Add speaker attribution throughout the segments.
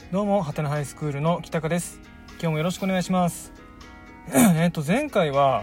Speaker 1: どうもハテナハイスクールの北香です。今日もよろしくお願いします。前回は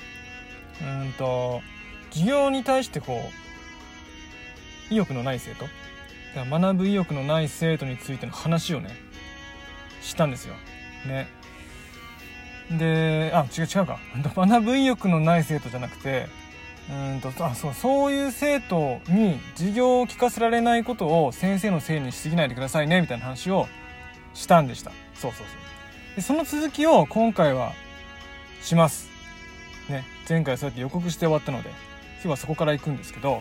Speaker 1: 授業に対して意欲のない生徒、学ぶ意欲のない生徒についての話をねしたんですよね。で違うか学ぶ意欲のない生徒じゃなくてそういう生徒に授業を聞かせられないことを先生のせいにしすぎないでくださいねみたいな話をしたんでした。そうでその続きを今回はしますね。前回そうやって予告して終わったので今日はそこから行くんですけど、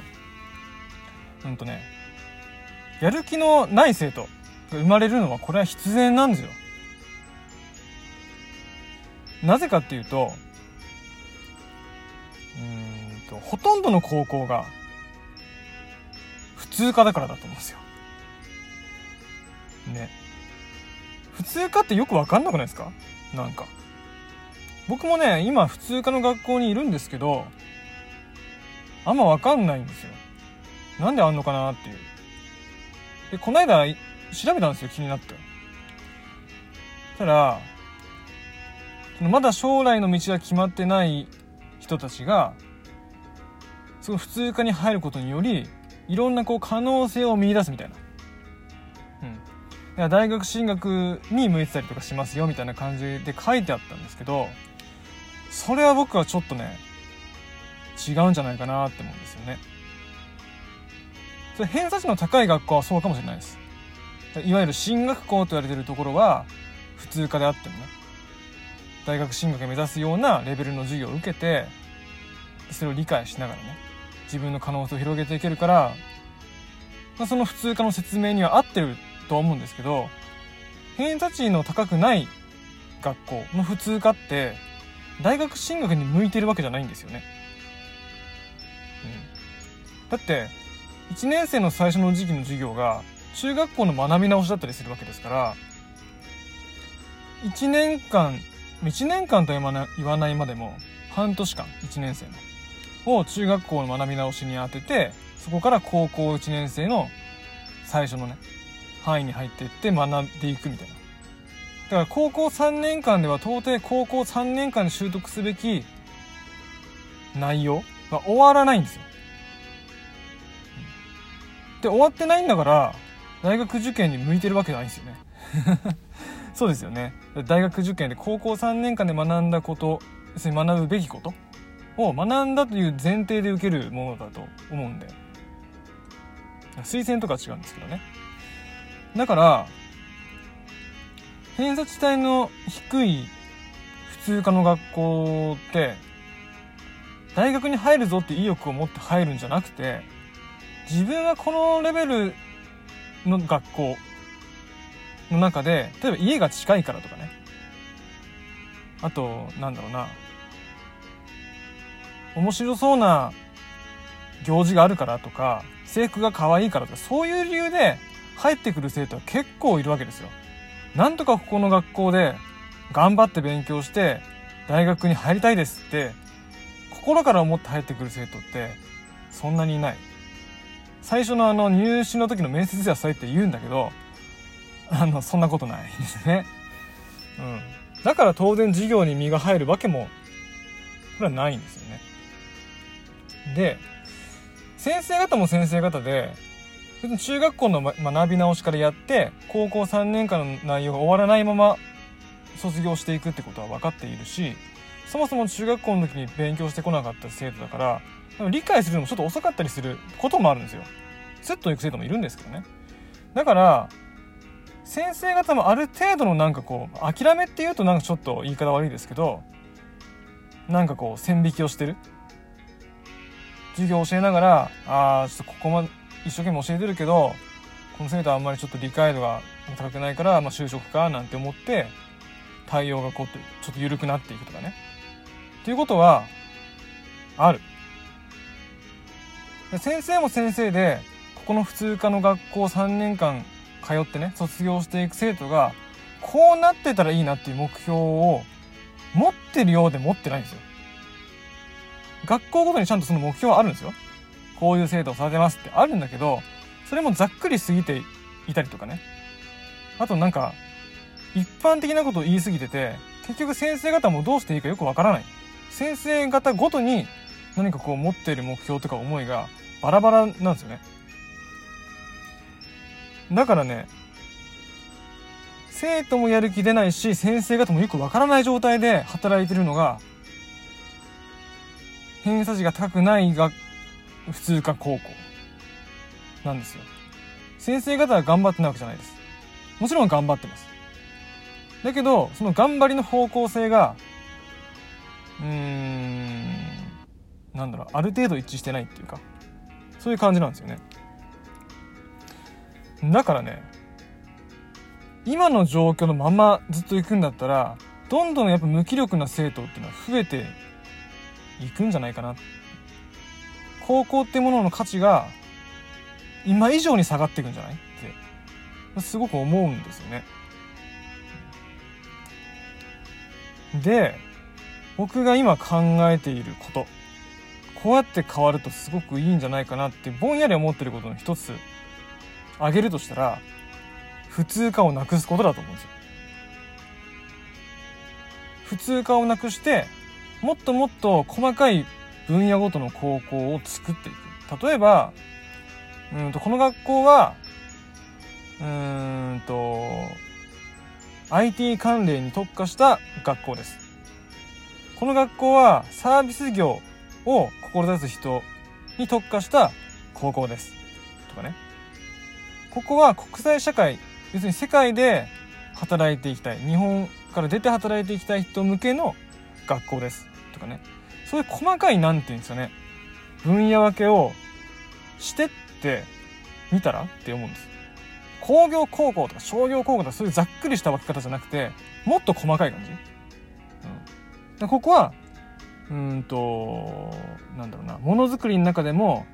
Speaker 1: やる気のない生徒が生まれるのはこれは必然なんですよ。なぜかっていうとほとんどの高校が普通科だからだと思うんですよね。普通科ってよく分かんなくないですか？僕もね今普通科の学校にいるんですけどあんま分かんないんですよ。なんであんのかなっていう。でこの間調べたんですよ、気になって。たらまだ将来の道が決まってない人たちがその普通科に入ることによりいろんな可能性を見出すみたいな、大学進学に向いてたりとかしますよみたいな感じで書いてあったんですけど、それは僕はちょっとね違うんじゃないかなって思うんですよね。それ偏差値の高い学校はそうかもしれないです。いわゆる進学校と言われているところは普通科であってもね、大学進学を目指すようなレベルの授業を受けてそれを理解しながらね自分の可能性を広げていけるから、その普通科の説明には合ってると思うんですけど、偏差値の高くない学校の普通科って大学進学に向いてるわけじゃないんですよね。だって1年生の最初の時期の授業が中学校の学び直しだったりするわけですから、1年間とは言わないまでも半年間1年生のを中学校の学び直しに当てて、そこから高校1年生の最初のね範囲に入っていって学んでいくみたいな。だから高校3年間では到底高校3年間で習得すべき内容が終わらないんですよ。で終わってないんだから大学受験に向いてるわけじゃないんですよねそうですよね。大学受験で高校3年間で学んだこと、要するに学ぶべきことを学んだという前提で受けるものだと思うんで、推薦とかは違うんですけどね。だから偏差値帯の低い普通科の学校って大学に入るぞって意欲を持って入るんじゃなくて、自分はこのレベルの学校の中で、例えば家が近いからとかね、あと面白そうな行事があるからとか制服が可愛いからとか、そういう理由で入ってくる生徒は結構いるわけですよ。なんとかここの学校で頑張って勉強して大学に入りたいですって心から思って入ってくる生徒ってそんなにいない。最初の入試の時の面接ではそうやって言うんだけどそんなことないですね。だから当然授業に身が入るわけもこれはないんですよね。で先生方も先生方で別に中学校の学び直しからやって高校3年間の内容が終わらないまま卒業していくってことは分かっているし、そもそも中学校の時に勉強してこなかった生徒だから理解するのもちょっと遅かったりすることもあるんですよ。スッといく生徒もいるんですけどね。だから先生方もある程度の諦めっていうとちょっと言い方悪いですけど、線引きをしてる授業を教えながら、ちょっとここまで一生懸命教えてるけどこの生徒はあんまりちょっと理解度が高くないから、就職かなんて思って対応がちょっと緩くなっていくとかねっていうことはある。先生も先生でここの普通科の学校3年間通ってね卒業していく生徒がこうなってたらいいなっていう目標を持ってるようで持ってないんですよ。学校ごとにちゃんとその目標はあるんですよ。こういう生徒を育てますってあるんだけど、それもざっくり過ぎていたりとかね、 あとなんか一般的なことを言い過ぎてて、結局先生方もどうしていいかよくわからない。先生方ごとに何かこう持っている目標とか思いがバラバラなんですよね。だからね、生徒もやる気出ないし、先生方もよくわからない状態で働いてるのが、偏差値が高くないが普通科高校なんですよ。先生方は頑張ってないわけじゃないです。もちろん頑張ってます。だけど、その頑張りの方向性が、ある程度一致してないっていうか、そういう感じなんですよね。だからね、今の状況のままずっと行くんだったら、どんどんやっぱ無気力な生徒っていうのは増えていくんじゃないかな。高校ってものの価値が今以上に下がっていくんじゃないってすごく思うんですよね。で、僕が今考えていること、こうやって変わるとすごくいいんじゃないかなってぼんやり思ってることの一つ挙げるとしたら、普通科をなくすことだと思うんですよ。普通科をなくして、もっともっと細かい分野ごとの高校を作っていく。例えば、この学校は、IT 関連に特化した学校です。この学校はサービス業を志す人に特化した高校です。とかね。ここは国際社会、要するに世界で働いていきたい、日本から出て働いていきたい人向けの学校です。とかね。そういう細かい、なんていうんですかね、分野分けをしてってみたらって思うんです。工業高校とか商業高校とかそういうざっくりした分け方じゃなくて、もっと細かい感じ。でここは、ものづくりの中でも、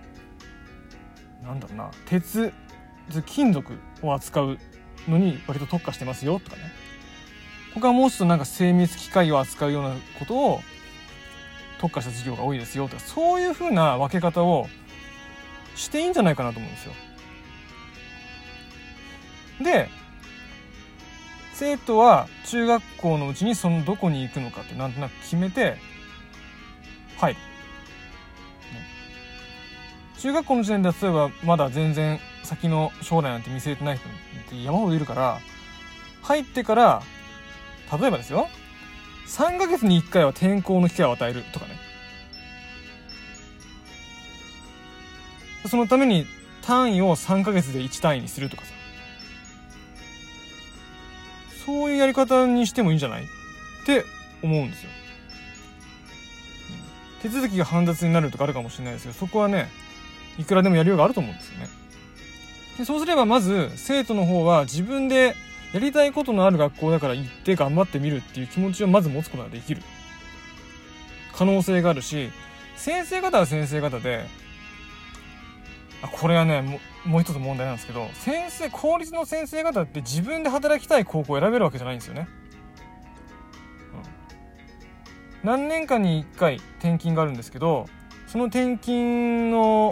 Speaker 1: 鉄、金属を扱うのに割と特化してますよとかね。他はもうちょっと精密機械を扱うようなことを特化した授業が多いですよとか、そういう風な分け方をしていいんじゃないかなと思うんですよ。で、生徒は中学校のうちにそのどこに行くのかってなんとなく決めて入る。中学校の時点で例えばまだ全然先の将来なんて見据えてない人って山ほどいるから、入ってから例えばですよ、3ヶ月に1回は転校の機会を与えるとかね。そのために単位を3ヶ月で1単位にするとかさ、そういうやり方にしてもいいんじゃないって思うんですよ。手続きが煩雑になるとかあるかもしれないですけど、そこはね、いくらでもやりようがあると思うんですよね。でそうすればまず生徒の方は自分でやりたいことのある学校だから行って頑張ってみるっていう気持ちをまず持つことができる可能性があるし、先生方は先生方で、これはね、もう一つ問題なんですけど、公立の先生方って自分で働きたい高校を選べるわけじゃないんですよね。何年間に1回転勤があるんですけど、その転勤の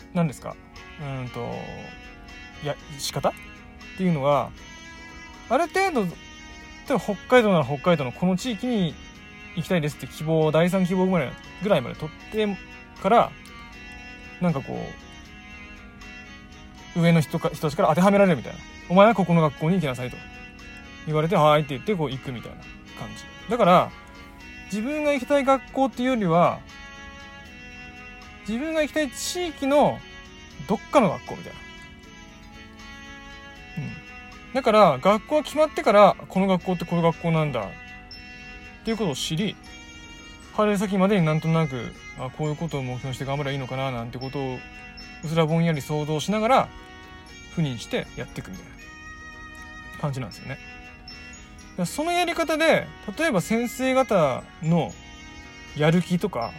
Speaker 1: 仕方っていうのがある程度、例えば北海道なら北海道のこの地域に行きたいですって希望、第3希望ぐらいまで取ってから上の人たちから当てはめられるみたいな。お前はここの学校に行きなさいと言われて、はーいって言って行くみたいな感じ。だから自分が行きたい学校っていうよりは、自分が行きたい地域のどっかの学校みたいな。だから学校が決まってから、この学校ってこういう学校なんだっていうことを知り、春先までになんとなくこういうことを目標にして頑張ればいいのかななんてことをうすらぼんやり想像しながら赴任してやっていくみたいな感じなんですよね。そのやり方で、例えば先生方のやる気とか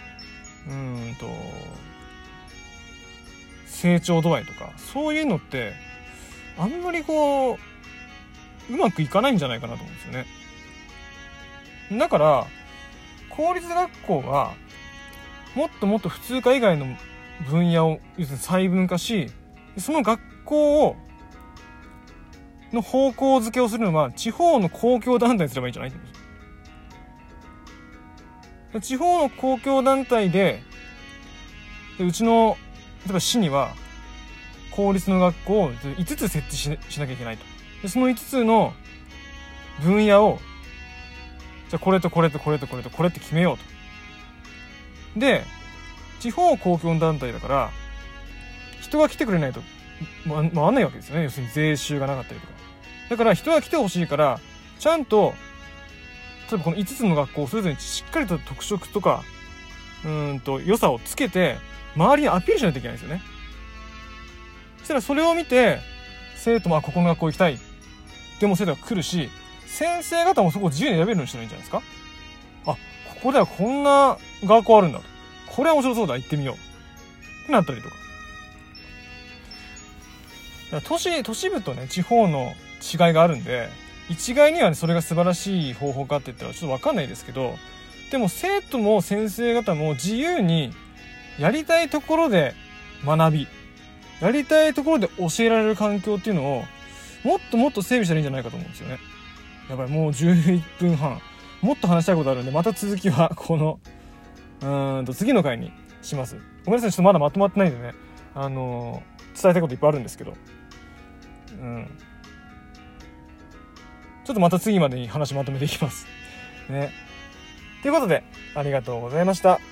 Speaker 1: 成長度合いとか、そういうのってあんまりうまくいかないんじゃないかなと思うんですよね。だから公立学校はもっともっと普通科以外の分野を要するに細分化し、その学校をの方向づけをするのは地方の公共団体にすればいいんじゃないって言うんですよ。地方の公共団体でうちの例えば市には公立の学校を5つ設置しなきゃいけないと。でその5つの分野をじゃあこれとこれとこれとこれとこれって決めようと。で地方公共団体だから人が来てくれないと回んないわけですよね。要するに税収がなかったりとか。だから人が来てほしいからちゃんと例えばこの5つの学校をそれぞれにしっかりと特色とか良さをつけて周りにアピールしないといけないんですよね。そしたらそれを見て生徒もここの学校行きたいでも生徒が来るし、先生方もそこを自由に選べるようにしたらいいんじゃないですか。ここではこんな学校あるんだと、これは面白そうだ、行ってみようってなったりとか。都市部とね地方の違いがあるんで、一概にはねそれが素晴らしい方法かって言ったらちょっと分かんないですけど、でも生徒も先生方も自由にやりたいところで学び、やりたいところで教えられる環境っていうのをもっともっと整備したらいいんじゃないかと思うんですよね。やばい、もう11分半。もっと話したいことあるんで、また続きはこの次の回にします。ごめんなさい、ちょっとまだまとまってないんでね、伝えたいこといっぱいあるんですけど、ちょっとまた次までに話まとめていきますね。ということでありがとうございました。